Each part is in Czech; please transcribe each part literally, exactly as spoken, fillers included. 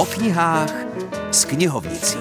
knihách s knihovnicí.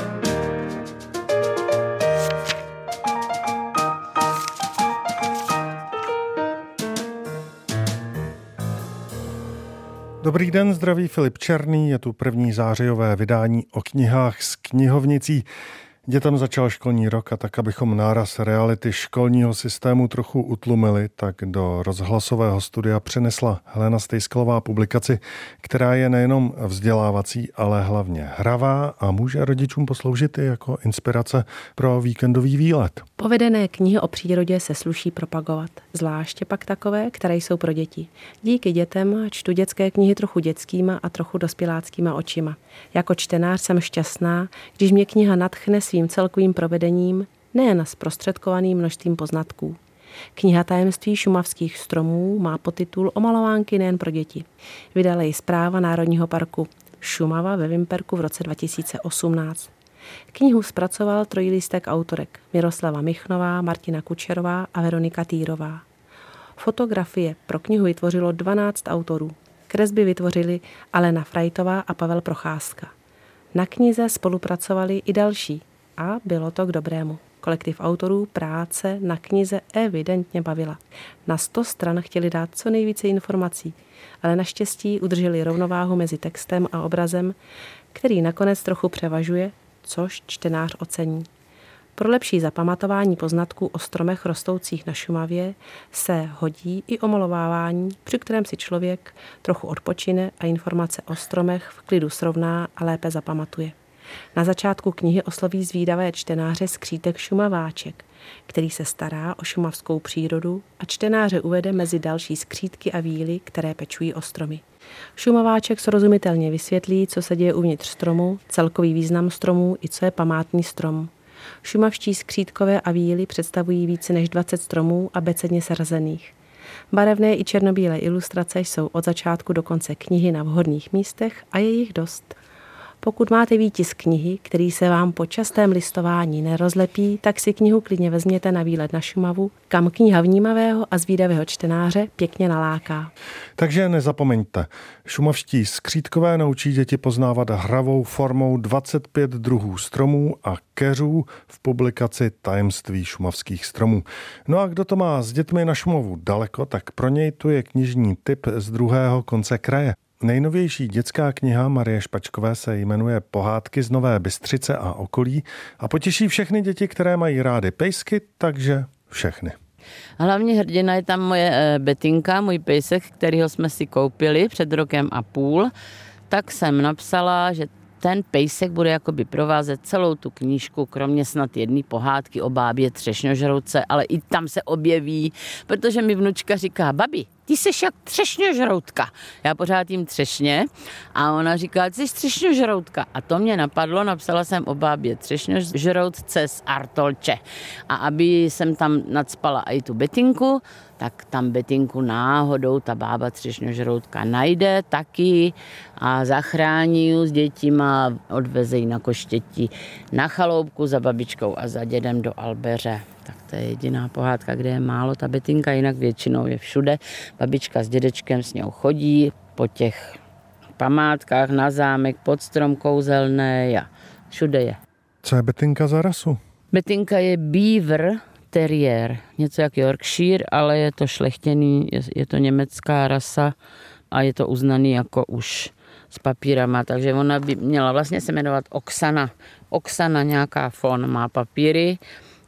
Dobrý den, zdraví Filip Černý, je tu první zářijové vydání o knihách s knihovnicí. Dětem začal školní rok a tak, abychom náraz reality školního systému trochu utlumili, tak do rozhlasového studia přinesla Helena Stejskalová publikaci, která je nejenom vzdělávací, ale hlavně hravá a může rodičům posloužit i jako inspirace pro víkendový výlet. Povedené knihy o přírodě se sluší propagovat, zvláště pak takové, které jsou pro děti. Díky dětem čtu dětské knihy trochu dětskýma a trochu dospěláckýma očima. Jako čtenář jsem šťastná, když mě kniha nadchne svým celkovým provedením, nejen zprostředkovaným množstvím poznatků. Kniha Tajemství šumavských stromů má podtitul Omalovánky nejen pro děti. Vydala ji Správa Národního parku Šumava ve Vimperku v roce dva tisíce osmnáct. Knihu zpracoval trojlístek autorek Miroslava Michnová, Martina Kučerová a Veronika Týrová. Fotografie pro knihu vytvořilo dvanáct autorů. Kresby vytvořili Alena Frajtová a Pavel Procházka. Na knize spolupracovali i další a bylo to k dobrému. Kolektiv autorů práce na knize evidentně bavila. Na sto stran chtěli dát co nejvíce informací, ale naštěstí udrželi rovnováhu mezi textem a obrazem, který nakonec trochu převažuje, což čtenář ocení. Pro lepší zapamatování poznatků o stromech rostoucích na Šumavě se hodí i omalovávání, při kterém si člověk trochu odpočine a informace o stromech v klidu srovná a lépe zapamatuje. Na začátku knihy osloví zvídavé čtenáře skřítek Šumaváček, který se stará o šumavskou přírodu a čtenáře uvede mezi další skřítky a víly, které pečují o stromy. Šumaváček srozumitelně vysvětlí, co se děje uvnitř stromu, celkový význam stromů i co je památný strom. Šumavští skřítkové a víly představují více než dvacet stromů abecedně seřazených. Barevné i černobílé ilustrace jsou od začátku do konce knihy na vhodných místech a je jich dost. Pokud máte výtisk knihy, který se vám po častém listování nerozlepí, tak si knihu klidně vezměte na výlet na Šumavu, kam kniha vnímavého a zvídavého čtenáře pěkně naláká. Takže nezapomeňte, šumavští skřítkové naučí děti poznávat hravou formou dvacet pět druhů stromů a keřů v publikaci Tajemství šumavských stromů. No a kdo to má s dětmi na Šumavu daleko, tak pro něj tu je knižní tip z druhého konce kraje. Nejnovější dětská kniha Marie Špačkové se jmenuje Pohádky z Nové Bystřice a okolí a potěší všechny děti, které mají rády pejsky, takže všechny. Hlavní hrdina je tam moje Betinka, můj pejsek, kterýho jsme si koupili před rokem a půl. Tak jsem napsala, že ten pejsek bude jakoby provázet celou tu knížku, kromě snad jedné pohádky o bábě třešňožrouce, ale i tam se objeví, protože mi vnučka říká, babi, ty seš jak třešňožroutka. Já pořád jím třešně a ona říká, ty jsi třešňožroutka. A to mě napadlo, napsala jsem o bábě třešňožroutce z Artolče. A aby jsem tam nacpala i tu Betinku, tak tam Betinku náhodou ta bába třešňožroutka najde taky a zachrání ji s dětima, odveze ji na Koštětí na chaloupku za babičkou a za dědem do Albeře. Tak to je jediná pohádka, kde je málo ta Betinka, jinak většinou je všude. Babička s dědečkem s ňou chodí po těch památkách na zámek, pod strom kouzelný a všude je. Co je Betinka za rasu? Betinka je beaver terrier, něco jak Yorkshire, ale je to šlechtěný, je, je to německá rasa a je to uznaný jako už s papírama, takže ona by měla vlastně se jmenovat Oksana. Oksana nějaká fon má papíry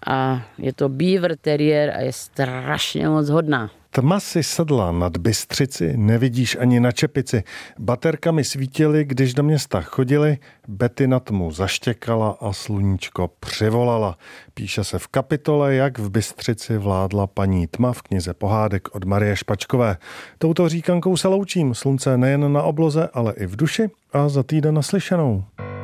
a je to beaver terrier a je strašně moc hodná. Tma si sedla nad Bystřici, nevidíš ani na čepici. Baterkami svítily, když do města chodili, Betty na tmu zaštěkala a sluníčko přivolala. Píše se v kapitole, jak v Bystřici vládla paní tma v knize pohádek od Marie Špačkové. Touto říkankou se loučím, slunce nejen na obloze, ale i v duši a za týden naslyšenou.